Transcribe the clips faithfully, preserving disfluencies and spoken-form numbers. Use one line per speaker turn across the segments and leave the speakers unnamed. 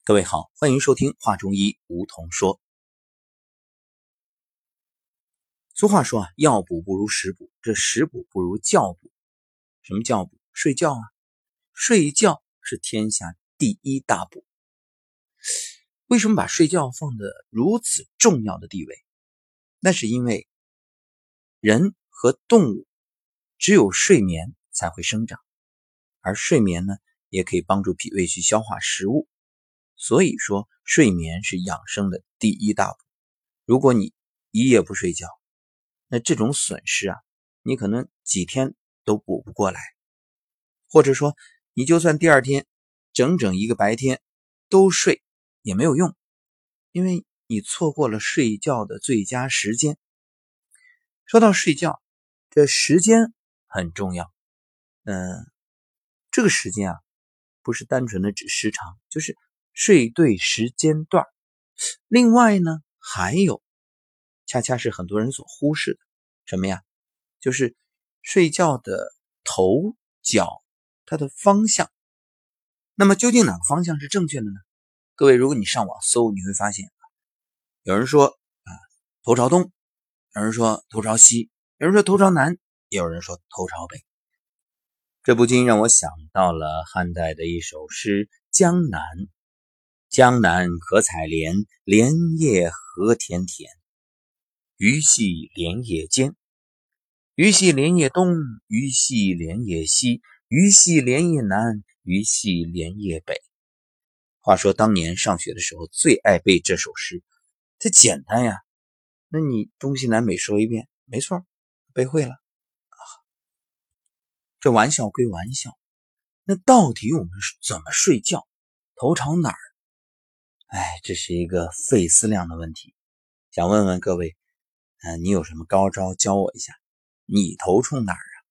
各位好，欢迎收听话中医梧桐说。俗话说啊，药补不如食补，这食补不如觉补。什么觉补？睡觉啊，睡觉是天下第一大补。为什么把睡觉放得如此重要的地位？那是因为人和动物只有睡眠才会生长，而睡眠呢，也可以帮助脾胃去消化食物。所以说睡眠是养生的第一大补。如果你一夜不睡觉，那这种损失啊，你可能几天都补不过来。或者说你就算第二天整整一个白天都睡也没有用，因为你错过了睡觉的最佳时间。说到睡觉，这时间很重要。嗯，这个时间啊，不是单纯的指时长，就是睡对时间段。另外呢，还有恰恰是很多人所忽视的什么呀？就是睡觉的头脚它的方向。那么究竟哪个方向是正确的呢？各位，如果你上网搜，你会发现有人说啊头朝东，有人说头朝西，有人说头朝南，也有人说头朝北。这不禁让我想到了汉代的一首诗《江南》。江南可采莲，莲叶何田田。鱼戏莲叶间，鱼戏莲叶东，鱼戏莲叶西，鱼戏莲叶南，鱼戏莲叶北。话说当年上学的时候最爱背这首诗，它简单呀，那你东西南北说一遍，没错，背会了。啊，这玩笑归玩笑，那到底我们怎么睡觉？头朝哪儿？哎，这是一个费思量的问题。想问问各位，呃，你有什么高招教我一下？你头冲哪儿啊？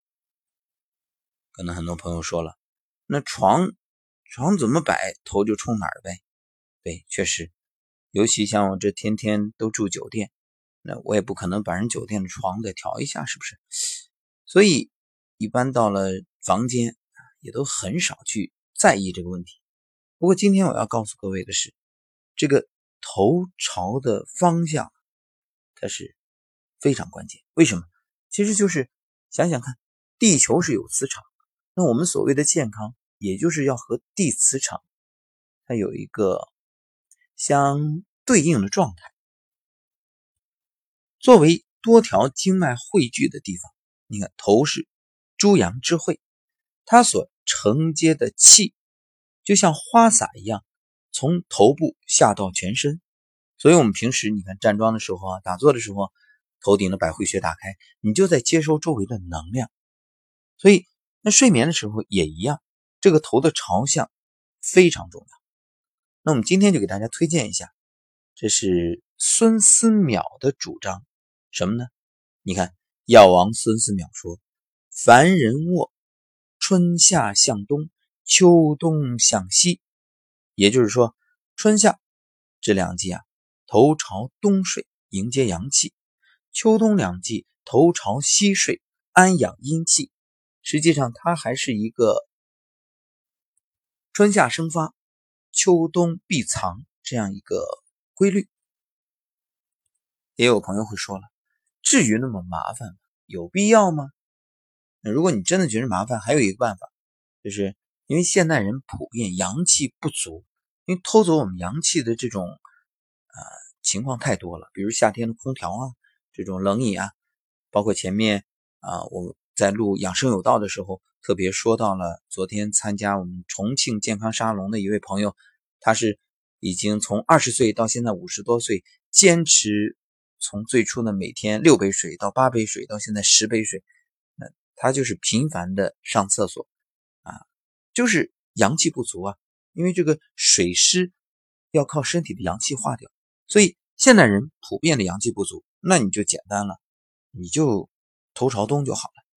可能很多朋友说了，那床床怎么摆，头就冲哪儿呗。对，确实，尤其像我这天天都住酒店，那我也不可能把人酒店的床再调一下，是不是？所以一般到了房间也都很少去在意这个问题。不过今天我要告诉各位的是，这个头朝的方向它是非常关键。为什么？其实就是想想看，地球是有磁场，那我们所谓的健康也就是要和地磁场它有一个相对应的状态。作为多条经脉汇聚的地方，你看头是诸阳之会，它所承接的气就像花洒一样，从头部下到全身。所以我们平时你看站桩的时候啊，打坐的时候，头顶的百会穴打开，你就在接收周围的能量。所以那睡眠的时候也一样，这个头的朝向非常重要。那我们今天就给大家推荐一下，这是孙思邈的主张。什么呢？你看药王孙思邈说，凡人卧，春夏向东，秋冬向西。也就是说，春夏这两季啊，头朝东睡，迎接阳气；秋冬两季头朝西睡，安养阴气。实际上它还是一个春夏生发，秋冬闭藏这样一个规律。也有朋友会说了，至于那么麻烦吗？有必要吗？那如果你真的觉得麻烦，还有一个办法，就是因为现代人普遍阳气不足，因为偷走我们阳气的这种呃情况太多了，比如夏天的空调啊，这种冷饮啊，包括前面啊、呃、我在录养生有道的时候特别说到了，昨天参加我们重庆健康沙龙的一位朋友，他是已经从二十岁到现在五十多岁，坚持从最初的每天六杯水到八杯水到现在十杯水，那他就是频繁的上厕所啊，就是阳气不足啊，因为这个水湿要靠身体的阳气化掉，所以现代人普遍的阳气不足，那你就简单了，你就头朝东就好了。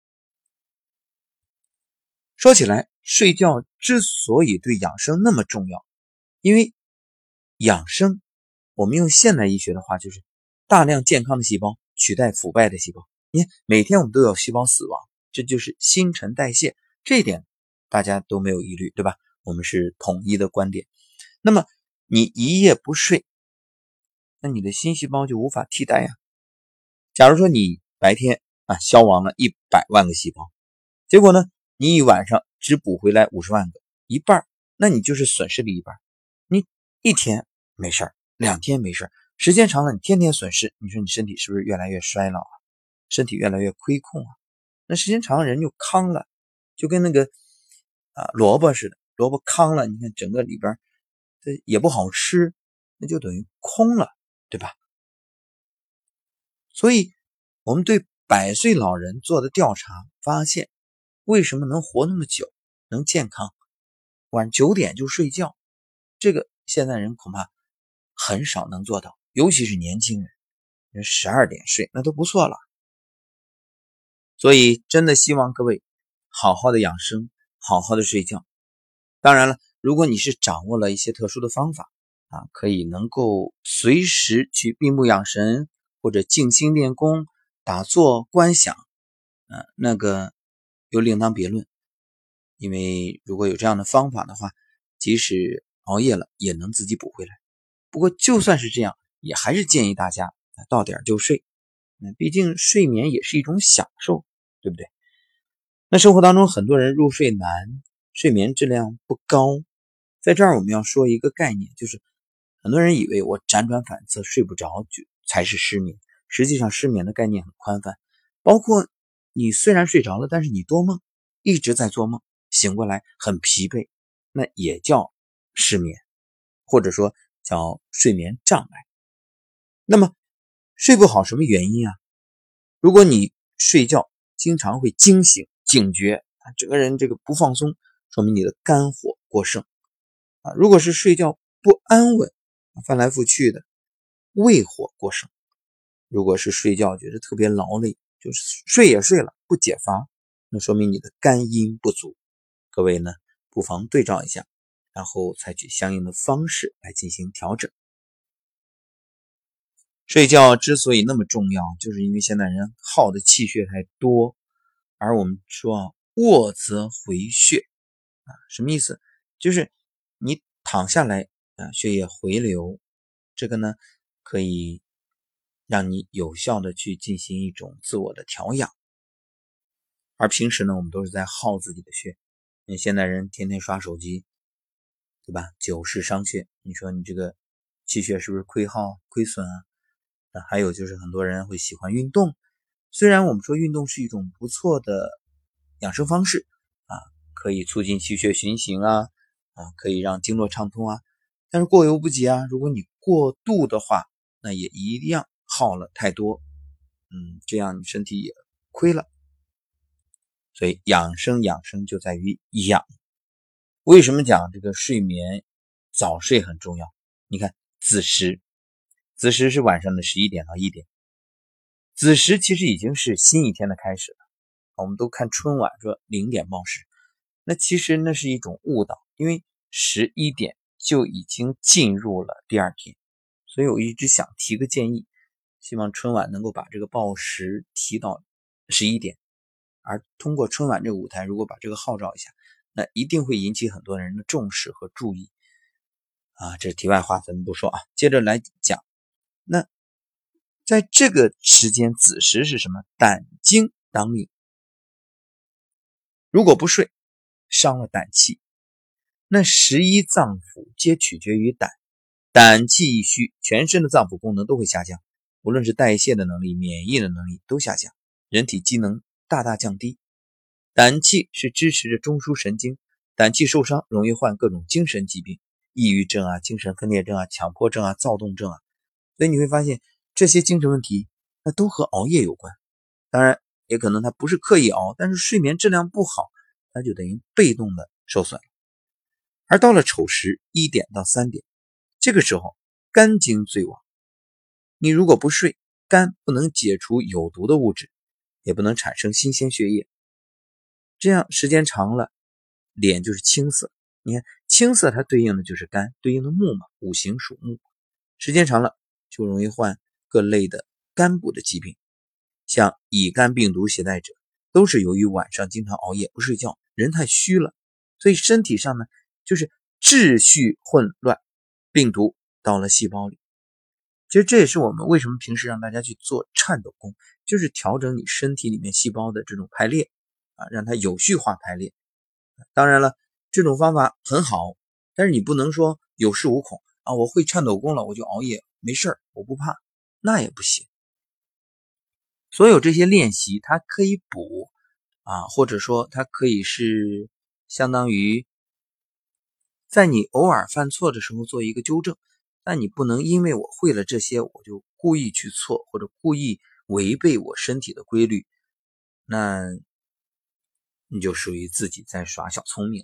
说起来，睡觉之所以对养生那么重要，因为养生我们用现代医学的话就是大量健康的细胞取代腐败的细胞。你看每天我们都有细胞死亡，这就是新陈代谢，这一点大家都没有疑虑，对吧？我们是统一的观点。 那么你一夜不睡，那你的新细胞就无法替代呀。假如说你白天啊消亡了一百万个细胞，结果呢你一晚上只补回来五十万个，一半，那你就是损失了一半。你一天没事，两天没事，时间长了你天天损失，你说你身体是不是越来越衰老啊？身体越来越亏空啊？那时间长了人就糠了，就跟那个啊萝卜似的，萝卜糠了，你看整个里边这也不好吃，那就等于空了，对吧？所以我们对百岁老人做的调查发现，为什么能活那么久，能健康，晚上九点就睡觉，这个现在人恐怕很少能做到，尤其是年轻人，十二点睡那都不错了。所以真的希望各位好好的养生，好好的睡觉。当然了，如果你是掌握了一些特殊的方法啊，可以能够随时去闭目养神，或者静心练功、打坐观想，啊，那个又另当别论。因为如果有这样的方法的话，即使熬夜了也能自己补回来。不过就算是这样，也还是建议大家到点就睡。那毕竟睡眠也是一种享受，对不对？那生活当中很多人入睡难，睡眠质量不高。在这儿我们要说一个概念，就是很多人以为我辗转反侧睡不着就才是失眠，实际上失眠的概念很宽泛，包括你虽然睡着了，但是你多梦，一直在做梦，醒过来很疲惫，那也叫失眠，或者说叫睡眠障碍。那么睡不好什么原因啊？如果你睡觉经常会惊醒、警觉，整个人这个不放松，说明你的肝火过盛啊。如果是睡觉不安稳，翻来覆去的，胃火过盛。如果是睡觉觉得特别劳累，就是睡也睡了不解乏，那说明你的肝阴不足。各位呢，不妨对照一下，然后采取相应的方式来进行调整。睡觉之所以那么重要，就是因为现代人耗的气血太多，而我们说啊，卧则回血啊，什么意思？就是你躺下来啊，血液回流，这个呢可以让你有效的去进行一种自我的调养。而平时呢，我们都是在耗自己的血。那现代人天天刷手机，对吧？久视伤血，你说你这个气血是不是亏耗、亏损啊？那还有就是很多人会喜欢运动，虽然我们说运动是一种不错的养生方式啊，可以促进气血循行啊，啊，可以让经络畅通啊，但是过犹不及啊，如果你过度的话，那也一样耗了太多，嗯，这样你身体也亏了。所以养生养生就在于养。为什么讲这个睡眠早睡很重要？你看子时。子时是晚上的十一点到一点，子时其实已经是新一天的开始了。我们都看春晚说零点报时，那其实那是一种误导，因为十一点就已经进入了第二天。所以我一直想提个建议，希望春晚能够把这个报时提到十一点，而通过春晚这个舞台，如果把这个号召一下，那一定会引起很多人的重视和注意啊。这是题外话，咱们不说啊。接着来讲，那在这个时间子时是什么？胆经当令，如果不睡，伤了胆气。那十一脏腑皆取决于胆，胆气一虚，全身的脏腑功能都会下降，无论是代谢的能力、免疫的能力都下降，人体机能大大降低。胆气是支持着中枢神经，胆气受伤容易患各种精神疾病，抑郁症啊、精神分裂症啊、强迫症啊、躁动症啊。所以你会发现这些精神问题那都和熬夜有关。当然也可能他不是刻意熬，但是睡眠质量不好，那就等于被动的受损了。而到了丑时一点到三点，这个时候肝经最旺，你如果不睡，肝不能解除有毒的物质，也不能产生新鲜血液，这样时间长了脸就是青色。你看青色它对应的就是肝，对应的木嘛，五行属木，时间长了就容易患各类的肝部的疾病，像乙肝病毒携带者都是由于晚上经常熬夜不睡觉，人太虚了，所以身体上呢就是秩序混乱， 病毒到了细胞里。其实这也是我们为什么平时让大家去做颤抖功，就是调整你身体里面细胞的这种排列啊，让它有序化排列。当然了，这种方法很好，但是你不能说有恃无恐啊，我会颤抖功了我就熬夜，没事我不怕，那也不行。所有这些练习它可以补啊，或者说它可以是相当于在你偶尔犯错的时候做一个纠正，但你不能因为我会了这些我就故意去错，或者故意违背我身体的规律，那你就属于自己在耍小聪明了。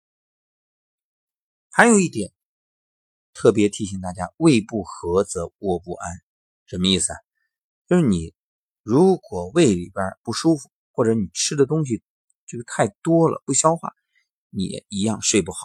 还有一点特别提醒大家，胃不和则卧不安。什么意思啊？就是你如果胃里边不舒服，或者你吃的东西这个太多了不消化，你也一样睡不好。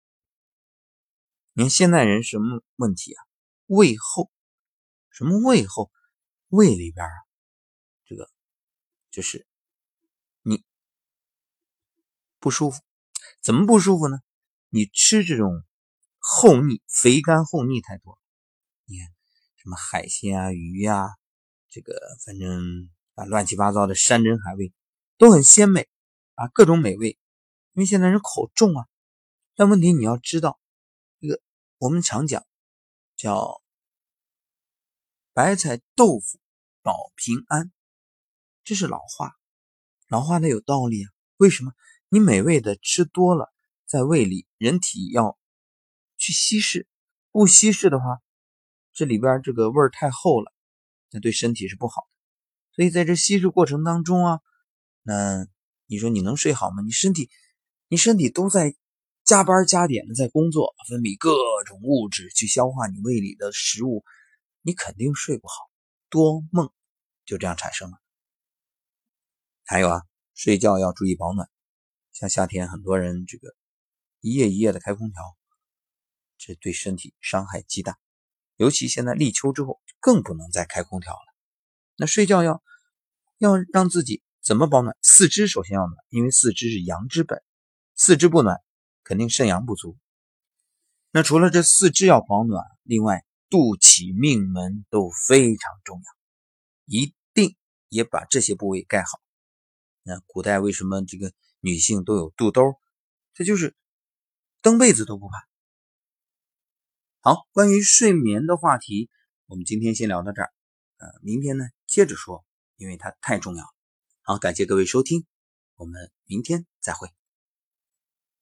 你看现代人什么问题啊？胃后。什么胃后？胃里边啊，这个就是你不舒服。怎么不舒服呢？你吃这种厚腻，肥甘厚腻太多。你看什么海鲜啊、鱼啊，这个反正啊乱七八糟的山珍海味都很鲜美啊，各种美味。因为现在人口重啊，但问题你要知道，这个我们常讲叫白菜豆腐保平安，这是老话，老话它有道理啊。为什么？你美味的吃多了，在胃里人体要去稀释，不稀释的话，这里边这个味儿太厚了，那对身体是不好的。所以在这稀释过程当中啊，那你说你能睡好吗？你身体你身体都在加班加点的在工作，分泌各种物质去消化你胃里的食物，你肯定睡不好，多梦就这样产生了。还有啊，睡觉要注意保暖，像夏天很多人这个一夜一夜的开空调，这对身体伤害极大，尤其现在立秋之后更不能再开空调了。那睡觉要要让自己怎么保暖？四肢首先要暖，因为四肢是阳之本，四肢不暖肯定肾阳不足。那除了这四肢要保暖，另外肚脐、命门都非常重要，一定也把这些部位盖好。那古代为什么这个女性都有肚兜？这就是蹬被子都不怕。好，关于睡眠的话题，我们今天先聊到这儿。呃，明天呢接着说，因为它太重要了。好，感谢各位收听，我们明天再会。